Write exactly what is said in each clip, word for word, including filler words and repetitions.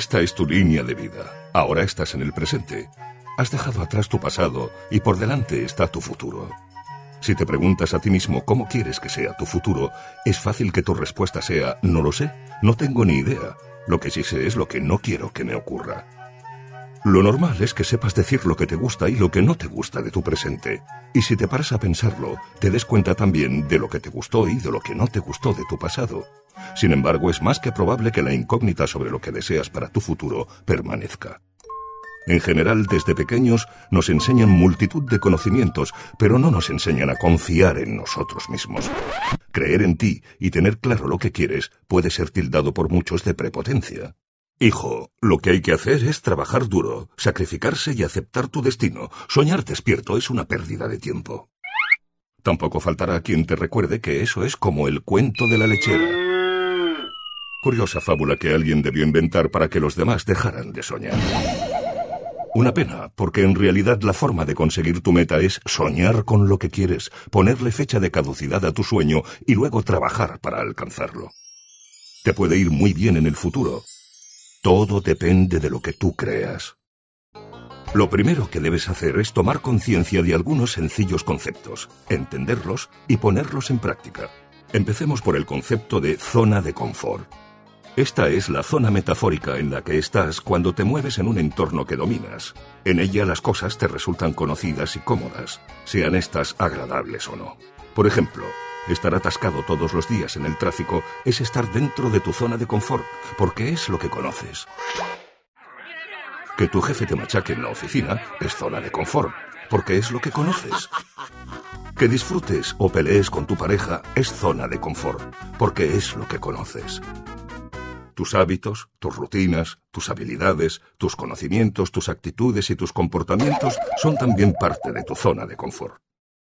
Esta es tu línea de vida. Ahora estás en el presente. Has dejado atrás tu pasado y por delante está tu futuro. Si te preguntas a ti mismo cómo quieres que sea tu futuro, es fácil que tu respuesta sea, no lo sé, no tengo ni idea. Lo que sí sé es lo que no quiero que me ocurra. Lo normal es que sepas decir lo que te gusta y lo que no te gusta de tu presente. Y si te paras a pensarlo, te des cuenta también de lo que te gustó y de lo que no te gustó de tu pasado. Sin embargo, es más que probable que la incógnita sobre lo que deseas para tu futuro permanezca. En general, desde pequeños nos enseñan multitud de conocimientos, pero no nos enseñan a confiar en nosotros mismos. Creer en ti y tener claro lo que quieres puede ser tildado por muchos de prepotencia. Hijo, lo que hay que hacer es trabajar duro, sacrificarse y aceptar tu destino. Soñar despierto es una pérdida de tiempo. Tampoco faltará quien te recuerde que eso es como el cuento de la lechera. Curiosa fábula que alguien debió inventar para que los demás dejaran de soñar. Una pena, porque en realidad la forma de conseguir tu meta es soñar con lo que quieres, ponerle fecha de caducidad a tu sueño y luego trabajar para alcanzarlo. Te puede ir muy bien en el futuro. Todo depende de lo que tú creas. Lo primero que debes hacer es tomar conciencia de algunos sencillos conceptos, entenderlos y ponerlos en práctica. Empecemos por el concepto de zona de confort. Esta es la zona metafórica en la que estás cuando te mueves en un entorno que dominas. En ella las cosas te resultan conocidas y cómodas, sean estas agradables o no. Por ejemplo, estar atascado todos los días en el tráfico es estar dentro de tu zona de confort, porque es lo que conoces. Que tu jefe te machaque en la oficina es zona de confort, porque es lo que conoces. Que disfrutes o pelees con tu pareja es zona de confort, porque es lo que conoces. Tus hábitos, tus rutinas, tus habilidades, tus conocimientos, tus actitudes y tus comportamientos son también parte de tu zona de confort.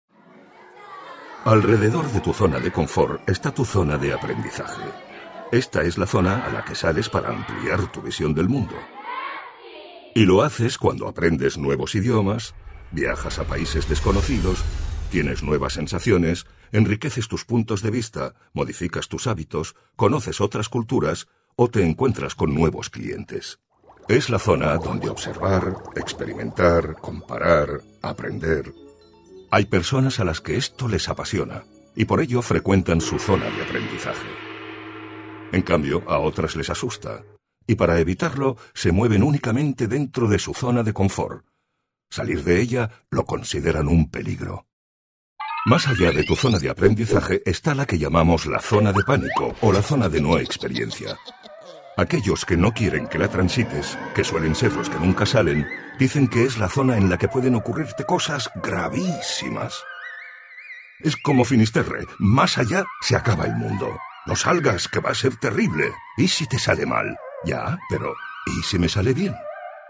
Alrededor de tu zona de confort está tu zona de aprendizaje. Esta es la zona a la que sales para ampliar tu visión del mundo. Y lo haces cuando aprendes nuevos idiomas, viajas a países desconocidos, tienes nuevas sensaciones, enriqueces tus puntos de vista, modificas tus hábitos, conoces otras culturas o te encuentras con nuevos clientes. Es la zona donde observar, experimentar, comparar, aprender. Hay personas a las que esto les apasiona y por ello frecuentan su zona de aprendizaje. En cambio, a otras les asusta y para evitarlo se mueven únicamente dentro de su zona de confort. Salir de ella lo consideran un peligro. Más allá de tu zona de aprendizaje está la que llamamos la zona de pánico o la zona de no experiencia. Aquellos que no quieren que la transites, que suelen ser los que nunca salen, dicen que es la zona en la que pueden ocurrirte cosas gravísimas. Es como Finisterre, más allá se acaba el mundo. No salgas, que va a ser terrible. ¿Y si te sale mal? Ya, pero ¿y si me sale bien?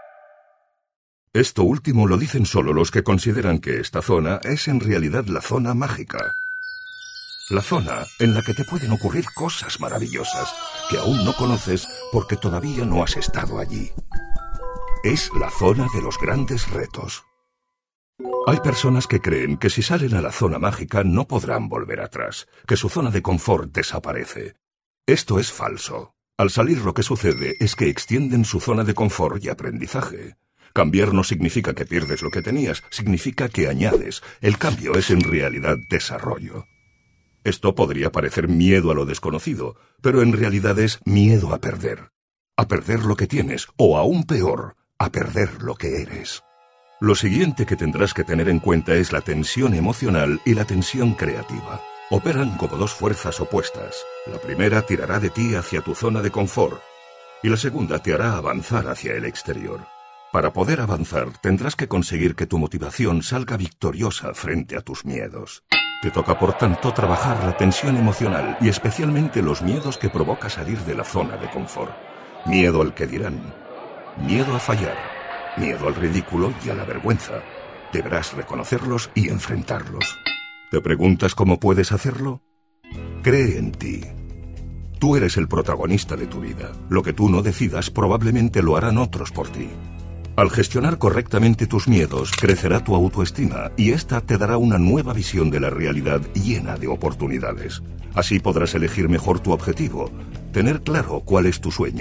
Esto último lo dicen solo los que consideran que esta zona es en realidad la zona mágica. La zona en la que te pueden ocurrir cosas maravillosas que aún no conoces porque todavía no has estado allí. Es la zona de los grandes retos. Hay personas que creen que si salen a la zona mágica no podrán volver atrás, que su zona de confort desaparece. Esto es falso. Al salir lo que sucede es que extienden su zona de confort y aprendizaje. Cambiar no significa que pierdes lo que tenías, significa que añades. El cambio es en realidad desarrollo. Esto podría parecer miedo a lo desconocido, pero en realidad es miedo a perder. A perder lo que tienes, o aún peor, a perder lo que eres. Lo siguiente que tendrás que tener en cuenta es la tensión emocional y la tensión creativa. Operan como dos fuerzas opuestas. La primera tirará de ti hacia tu zona de confort, y la segunda te hará avanzar hacia el exterior. Para poder avanzar, tendrás que conseguir que tu motivación salga victoriosa frente a tus miedos. Te toca, por tanto, trabajar la tensión emocional y especialmente los miedos que provoca salir de la zona de confort. Miedo al que dirán, miedo a fallar, miedo al ridículo y a la vergüenza. Deberás reconocerlos y enfrentarlos. ¿Te preguntas cómo puedes hacerlo? Cree en ti. Tú eres el protagonista de tu vida. Lo que tú no decidas probablemente lo harán otros por ti. Al gestionar correctamente tus miedos, crecerá tu autoestima y esta te dará una nueva visión de la realidad llena de oportunidades. Así podrás elegir mejor tu objetivo, tener claro cuál es tu sueño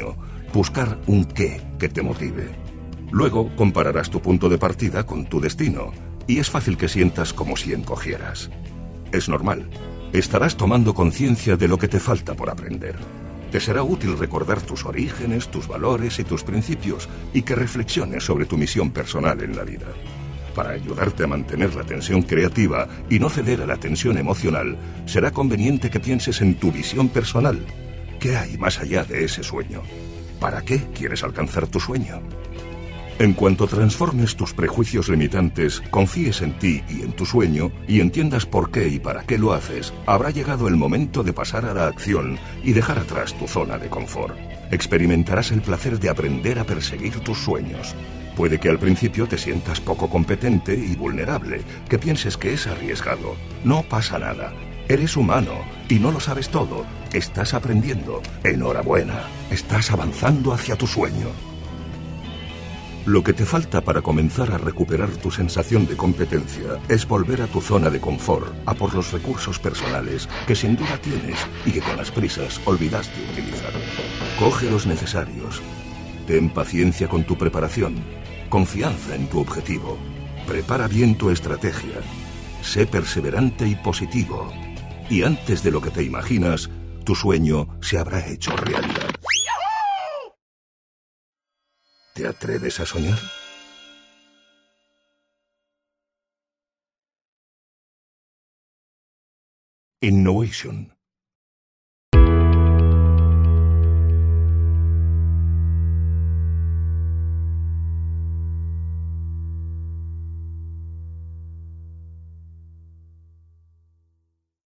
Buscar un qué que te motive. Luego compararás tu punto de partida con tu destino y es fácil que sientas como si encogieras. Es normal. Estarás tomando conciencia de lo que te falta por aprender. Te será útil recordar tus orígenes, tus valores y tus principios y que reflexiones sobre tu misión personal en la vida. Para ayudarte a mantener la tensión creativa y no ceder a la tensión emocional, será conveniente que pienses en tu visión personal. ¿Qué hay más allá de ese sueño? ¿Para qué quieres alcanzar tu sueño? En cuanto transformes tus prejuicios limitantes, confíes en ti y en tu sueño y entiendas por qué y para qué lo haces, habrá llegado el momento de pasar a la acción y dejar atrás tu zona de confort. Experimentarás el placer de aprender a perseguir tus sueños. Puede que al principio te sientas poco competente y vulnerable, que pienses que es arriesgado. No pasa nada. Eres humano y no lo sabes todo. Estás aprendiendo. Enhorabuena. Estás avanzando hacia tu sueño. Lo que te falta para comenzar a recuperar tu sensación de competencia es volver a tu zona de confort, a por los recursos personales que sin duda tienes y que con las prisas olvidaste utilizar. Coge los necesarios. Ten paciencia con tu preparación. Confianza en tu objetivo. Prepara bien tu estrategia. Sé perseverante y positivo. Y antes de lo que te imaginas, tu sueño se habrá hecho realidad. ¿Te atreves a soñar? Innovation.